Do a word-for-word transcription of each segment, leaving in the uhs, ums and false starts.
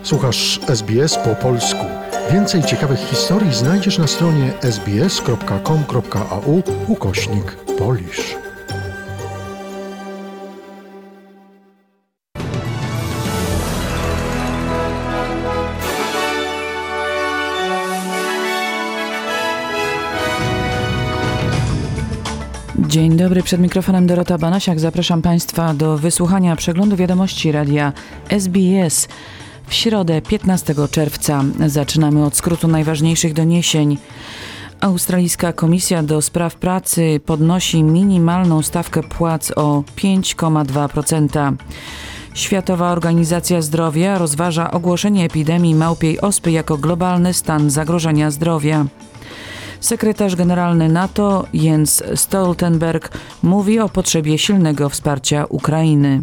Słuchasz S B S po polsku. Więcej ciekawych historii znajdziesz na stronie sbs.com.au ukośnik Polish. Dzień dobry, przed mikrofonem Dorota Banasiak. Zapraszam Państwa do wysłuchania przeglądu wiadomości radia S B S. W środę piętnastego czerwca zaczynamy od skrótu najważniejszych doniesień. Australijska Komisja do Spraw Pracy podnosi minimalną stawkę płac o pięć przecinek dwa procent. Światowa Organizacja Zdrowia rozważa ogłoszenie epidemii małpiej ospy jako globalny stan zagrożenia zdrowia. Sekretarz generalny NATO Jens Stoltenberg mówi o potrzebie silnego wsparcia Ukrainy.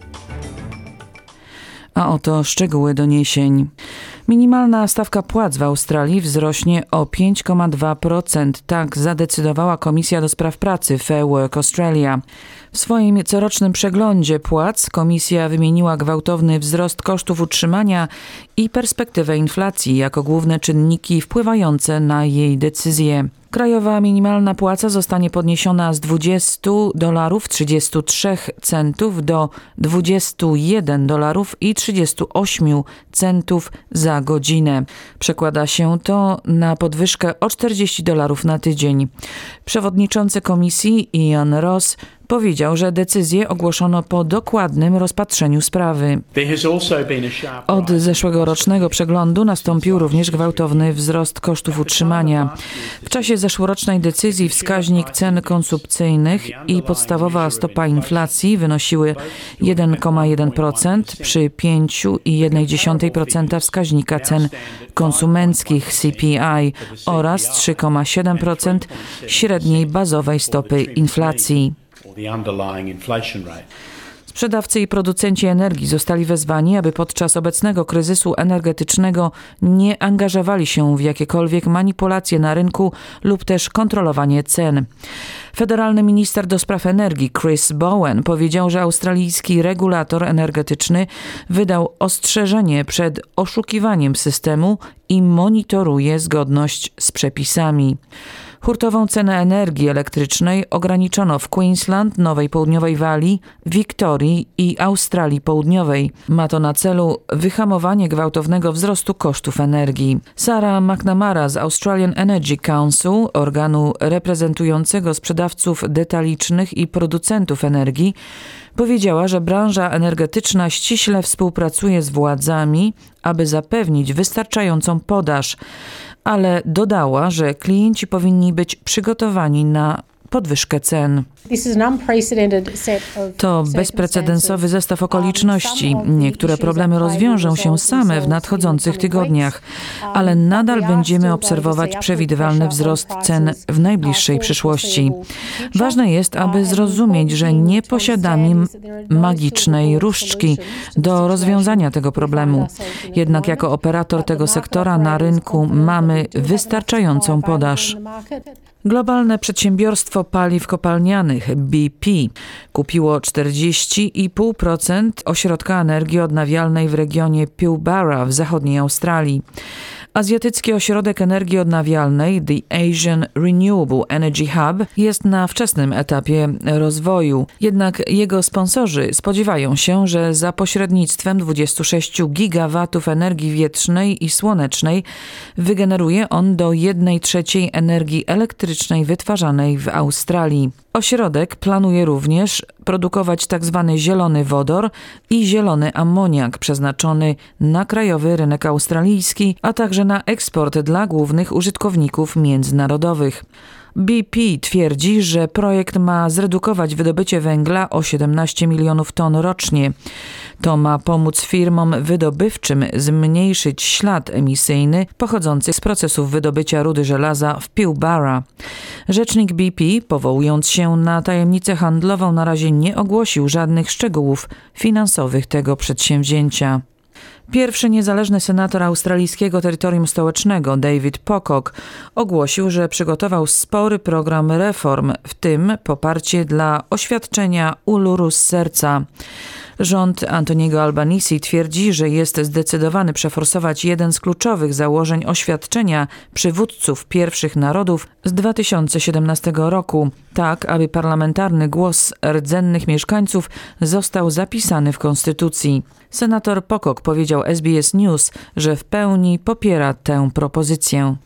A oto szczegóły doniesień. Minimalna stawka płac w Australii wzrośnie o pięć przecinek dwa procent. Tak zadecydowała Komisja do Spraw Pracy Fair Work Australia. W swoim corocznym przeglądzie płac komisja wymieniła gwałtowny wzrost kosztów utrzymania i perspektywę inflacji jako główne czynniki wpływające na jej decyzje. Krajowa minimalna płaca zostanie podniesiona z dwudziestu dolarów trzydziestu trzech centów do dwudziestu jeden dolarów i trzydziestu ośmiu centów za godzinę. Przekłada się to na podwyżkę o czterdzieści dolarów na tydzień. Przewodniczący komisji Ian Ross powiedział, że decyzję ogłoszono po dokładnym rozpatrzeniu sprawy. Od zeszłego rocznego przeglądu nastąpił również gwałtowny wzrost kosztów utrzymania. W czasie zeszłorocznej decyzji wskaźnik cen konsumpcyjnych i podstawowa stopa inflacji wynosiły jeden przecinek jeden procent przy pięć przecinek jeden procent wskaźnika cen konsumenckich C P I oraz trzy przecinek siedem procent średniej bazowej stopy inflacji. Sprzedawcy i producenci energii zostali wezwani, aby podczas obecnego kryzysu energetycznego nie angażowali się w jakiekolwiek manipulacje na rynku lub też kontrolowanie cen. Federalny minister do spraw energii Chris Bowen powiedział, że australijski regulator energetyczny wydał ostrzeżenie przed oszukiwaniem systemu i monitoruje zgodność z przepisami. Hurtową cenę energii elektrycznej ograniczono w Queensland, Nowej Południowej Walii, Wiktorii i Australii Południowej. Ma to na celu wyhamowanie gwałtownego wzrostu kosztów energii. Sarah McNamara z Australian Energy Council, organu reprezentującego sprzedawców detalicznych i producentów energii, powiedziała, że branża energetyczna ściśle współpracuje z władzami, aby zapewnić wystarczającą podaż, ale dodała, że klienci powinni być przygotowani na podwyżkę cen. To bezprecedensowy zestaw okoliczności. Niektóre problemy rozwiążą się same w nadchodzących tygodniach, ale nadal będziemy obserwować przewidywalny wzrost cen w najbliższej przyszłości. Ważne jest, aby zrozumieć, że nie posiadamy magicznej różdżki do rozwiązania tego problemu. Jednak jako operator tego sektora na rynku mamy wystarczającą podaż. Globalne przedsiębiorstwo paliw kopalnianych B P kupiło czterdzieści i pół procent ośrodka energii odnawialnej w regionie Pilbara w zachodniej Australii. Azjatycki Ośrodek Energii Odnawialnej The Asian Renewable Energy Hub jest na wczesnym etapie rozwoju. Jednak jego sponsorzy spodziewają się, że za pośrednictwem dwudziestu sześciu gigawatów energii wietrznej i słonecznej wygeneruje on do jednej trzeciej energii elektrycznej wytwarzanej w Australii. Ośrodek planuje również produkować tzw. zielony wodor i zielony amoniak przeznaczony na krajowy rynek australijski, a także na eksport dla głównych użytkowników międzynarodowych. B P twierdzi, że projekt ma zredukować wydobycie węgla o siedemnaście milionów ton rocznie. To ma pomóc firmom wydobywczym zmniejszyć ślad emisyjny pochodzący z procesów wydobycia rudy żelaza w Pilbara. Rzecznik B P, powołując się na tajemnicę handlową, na razie nie ogłosił żadnych szczegółów finansowych tego przedsięwzięcia. Pierwszy niezależny senator australijskiego terytorium stołecznego, David Pocock, ogłosił, że przygotował spory program reform, w tym poparcie dla oświadczenia Uluru z serca. Rząd Antoniego Albanese twierdzi, że jest zdecydowany przeforsować jeden z kluczowych założeń oświadczenia przywódców pierwszych narodów z dwa tysiące siedemnastego roku, tak aby parlamentarny głos rdzennych mieszkańców został zapisany w konstytucji. Senator Pocock powiedział S B S News, że w pełni popiera tę propozycję.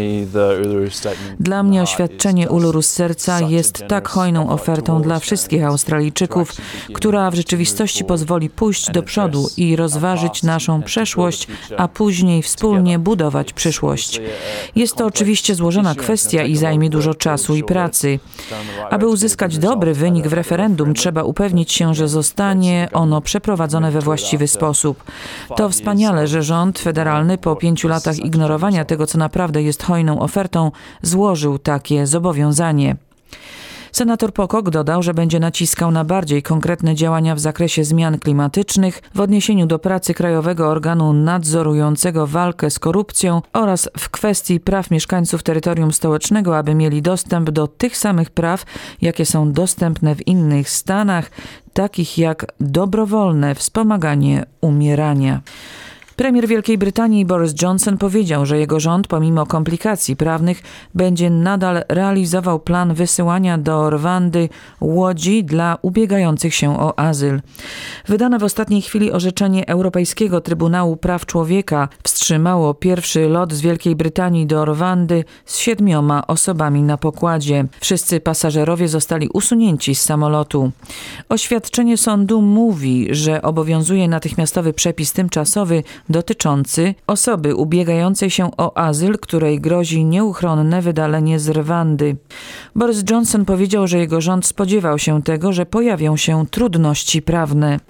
Dla mnie oświadczenie Uluru z serca jest tak hojną ofertą dla wszystkich Australijczyków, która w rzeczywistości pozwoli pójść do przodu i rozważyć naszą przeszłość, a później wspólnie budować przyszłość. Jest to oczywiście złożona kwestia i zajmie dużo czasu i pracy. Aby uzyskać dobry wynik w referendum, trzeba upewnić się, że zostanie ono przeprowadzone we właściwy sposób. To wspaniale, że rząd federalny po pięciu latach ignorowania tego, co naprawdę jest hojną ofertą, złożył takie zobowiązanie. Senator Pocock dodał, że będzie naciskał na bardziej konkretne działania w zakresie zmian klimatycznych, w odniesieniu do pracy Krajowego Organu Nadzorującego Walkę z Korupcją oraz w kwestii praw mieszkańców terytorium stołecznego, aby mieli dostęp do tych samych praw, jakie są dostępne w innych stanach, takich jak dobrowolne wspomaganie umierania. Premier Wielkiej Brytanii Boris Johnson powiedział, że jego rząd, pomimo komplikacji prawnych, będzie nadal realizował plan wysyłania do Rwandy łodzi dla ubiegających się o azyl. Wydane w ostatniej chwili orzeczenie Europejskiego Trybunału Praw Człowieka wstrzymało pierwszy lot z Wielkiej Brytanii do Rwandy z siedmioma osobami na pokładzie. Wszyscy pasażerowie zostali usunięci z samolotu. Oświadczenie sądu mówi, że obowiązuje natychmiastowy przepis tymczasowy dotyczący osoby ubiegającej się o azyl, której grozi nieuchronne wydalenie z Rwandy. Boris Johnson powiedział, że jego rząd spodziewał się tego, że pojawią się trudności prawne.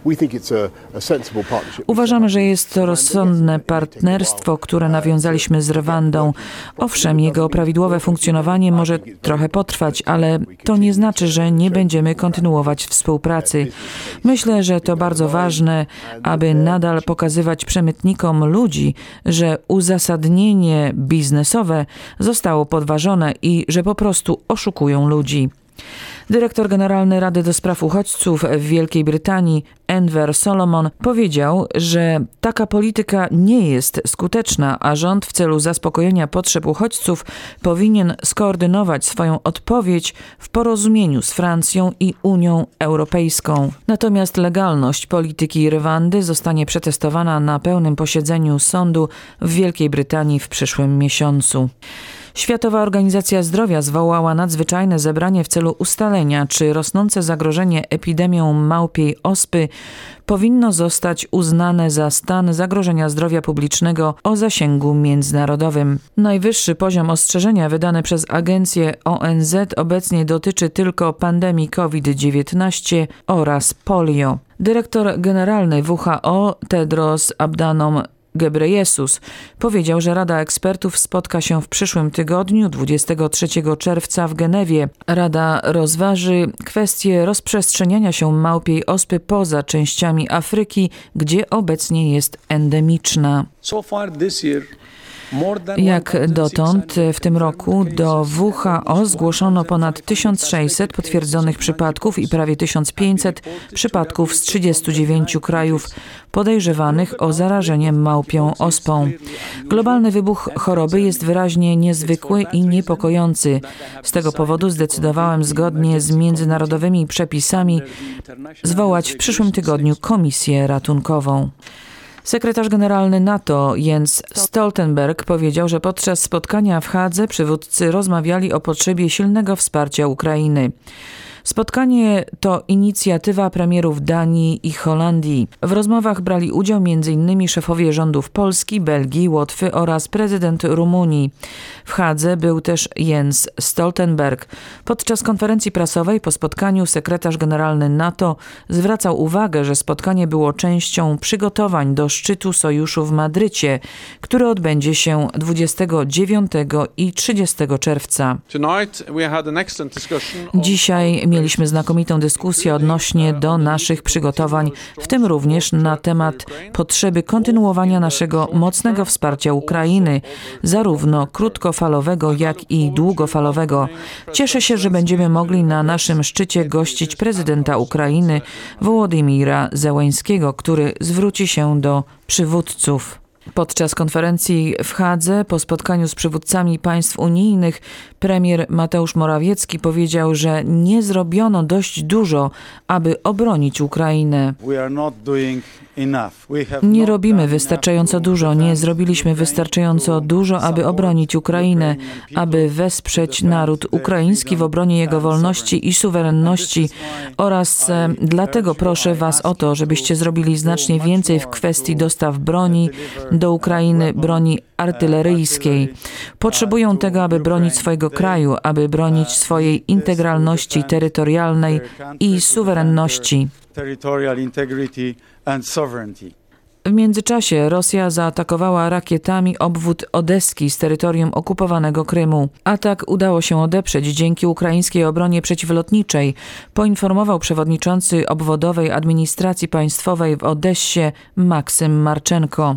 Uważamy, że jest to rozsądne partnerstwo, które nawiązaliśmy z Rwandą. Owszem, jego prawidłowe funkcjonowanie może trochę potrwać, ale to nie znaczy, że nie będziemy kontynuować współpracy. Myślę, że to bardzo ważne, aby nadal pokazywać przemytnikom ludzi, że uzasadnienie biznesowe zostało podważone i że po prostu oszukują ludzi. Dyrektor generalny Rady do Spraw Uchodźców w Wielkiej Brytanii, Enver Solomon, powiedział, że taka polityka nie jest skuteczna, a rząd w celu zaspokojenia potrzeb uchodźców powinien skoordynować swoją odpowiedź w porozumieniu z Francją i Unią Europejską. Natomiast legalność polityki Rwandy zostanie przetestowana na pełnym posiedzeniu sądu w Wielkiej Brytanii w przyszłym miesiącu. Światowa Organizacja Zdrowia zwołała nadzwyczajne zebranie w celu ustalenia, czy rosnące zagrożenie epidemią małpiej ospy powinno zostać uznane za stan zagrożenia zdrowia publicznego o zasięgu międzynarodowym. Najwyższy poziom ostrzeżenia wydany przez agencję O N Z obecnie dotyczy tylko pandemii COVID dziewiętnaście oraz polio. Dyrektor generalny W H O Tedros Adhanom Ghebreyesus powiedział, że Rada Ekspertów spotka się w przyszłym tygodniu, dwudziestego trzeciego czerwca w Genewie. Rada rozważy kwestię rozprzestrzeniania się małpiej ospy poza częściami Afryki, gdzie obecnie jest endemiczna. Jak dotąd w tym roku do W H O zgłoszono ponad tysiąc sześćset potwierdzonych przypadków i prawie tysiąc pięćset przypadków z trzydziestu dziewięciu krajów podejrzewanych o zarażenie małpią ospą. Globalny wybuch choroby jest wyraźnie niezwykły i niepokojący. Z tego powodu zdecydowałem zgodnie z międzynarodowymi przepisami zwołać w przyszłym tygodniu komisję ratunkową. Sekretarz generalny NATO Jens Stoltenberg powiedział, że podczas spotkania w Hadze przywódcy rozmawiali o potrzebie silnego wsparcia Ukrainy. Spotkanie to inicjatywa premierów Danii i Holandii. W rozmowach brali udział m.in. szefowie rządów Polski, Belgii, Łotwy oraz prezydent Rumunii. W Hadze był też Jens Stoltenberg. Podczas konferencji prasowej po spotkaniu sekretarz generalny NATO zwracał uwagę, że spotkanie było częścią przygotowań do szczytu sojuszu w Madrycie, który odbędzie się dwudziestego dziewiątego i trzydziestego czerwca. Dzisiaj Mieliśmy znakomitą dyskusję odnośnie do naszych przygotowań, w tym również na temat potrzeby kontynuowania naszego mocnego wsparcia Ukrainy, zarówno krótkofalowego, jak i długofalowego. Cieszę się, że będziemy mogli na naszym szczycie gościć prezydenta Ukrainy Wołodymira Zełeńskiego, który zwróci się do przywódców. Podczas konferencji w Hadze po spotkaniu z przywódcami państw unijnych premier Mateusz Morawiecki powiedział, że nie zrobiono dość dużo, aby obronić Ukrainę. Nie robimy wystarczająco dużo, nie zrobiliśmy wystarczająco dużo, aby obronić Ukrainę, aby wesprzeć naród ukraiński w obronie jego wolności i suwerenności oraz e, dlatego proszę Was o to, żebyście zrobili znacznie więcej w kwestii dostaw broni do Ukrainy, broni artyleryjskiej. Potrzebują tego, aby bronić swojego kraju, aby bronić swojej integralności terytorialnej i suwerenności. W międzyczasie Rosja zaatakowała rakietami obwód odeski z terytorium okupowanego Krymu. Atak udało się odeprzeć dzięki ukraińskiej obronie przeciwlotniczej, poinformował przewodniczący obwodowej administracji państwowej w Odessie Maksym Marczenko.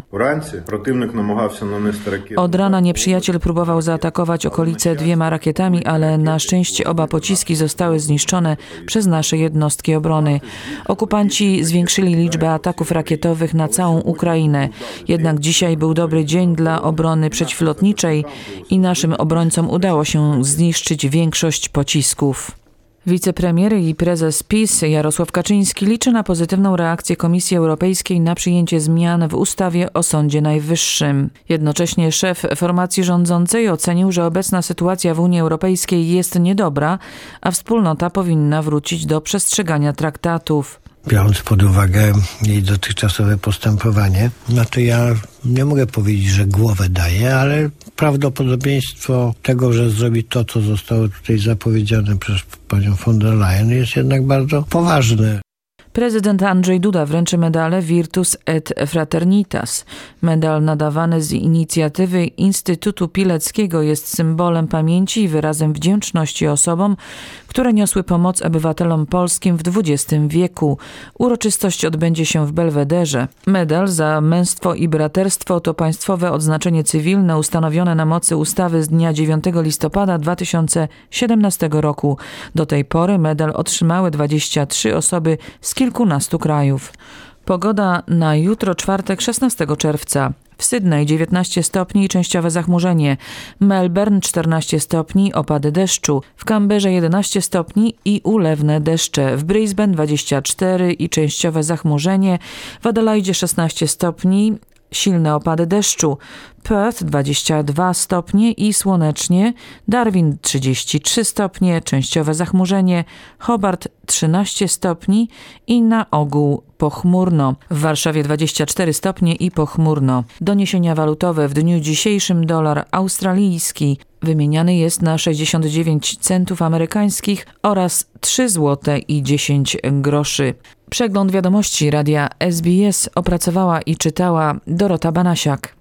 Od rana nieprzyjaciel próbował zaatakować okolice dwiema rakietami, ale na szczęście oba pociski zostały zniszczone przez nasze jednostki obrony. Okupanci zwiększyli liczbę ataków rakietowych na całą Ukrainę. Jednak dzisiaj był dobry dzień dla obrony przeciwlotniczej i naszym obrońcom udało się zniszczyć większość pocisków. Wicepremier i prezes PiS Jarosław Kaczyński liczy na pozytywną reakcję Komisji Europejskiej na przyjęcie zmian w ustawie o Sądzie Najwyższym. Jednocześnie szef formacji rządzącej ocenił, że obecna sytuacja w Unii Europejskiej jest niedobra, a wspólnota powinna wrócić do przestrzegania traktatów. Biorąc pod uwagę jej dotychczasowe postępowanie, no to ja nie mogę powiedzieć, że głowę daję, ale prawdopodobieństwo tego, że zrobi to, co zostało tutaj zapowiedziane przez panią von der Leyen, jest jednak bardzo poważne. Prezydent Andrzej Duda wręczy medale Virtus et Fraternitas. Medal nadawany z inicjatywy Instytutu Pileckiego jest symbolem pamięci i wyrazem wdzięczności osobom, które niosły pomoc obywatelom polskim w dwudziestym wieku. Uroczystość odbędzie się w Belwederze. Medal za męstwo i braterstwo to państwowe odznaczenie cywilne ustanowione na mocy ustawy z dnia dziewiątego listopada dwa tysiące siedemnastego roku. Do tej pory medal otrzymały dwadzieścia trzy osoby z kilkunastu krajów. Pogoda na jutro, czwartek, szesnastego czerwca. W Sydney dziewiętnaście stopni i częściowe zachmurzenie. Melbourne czternaście stopni, opady deszczu. W Canberrze jedenaście stopni i ulewne deszcze. W Brisbane dwadzieścia cztery i częściowe zachmurzenie. W Adelaide szesnaście stopni, silne opady deszczu. Perth dwadzieścia dwa stopnie i słonecznie. Darwin trzydzieści trzy stopnie, częściowe zachmurzenie. Hobart trzynaście stopni i na ogół pochmurno. W Warszawie dwadzieścia cztery stopnie i pochmurno. Doniesienia walutowe w dniu dzisiejszym dolar australijski wymieniany jest na sześćdziesiąt dziewięć centów amerykańskich oraz trzy złote i dziesięć groszy. Przegląd wiadomości radia S B S opracowała i czytała Dorota Banasiak.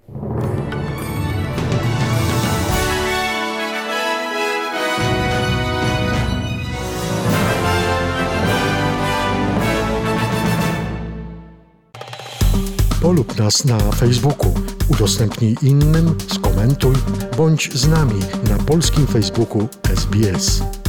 Polub nas na Facebooku, udostępnij innym, skomentuj, bądź z nami na polskim Facebooku S B S.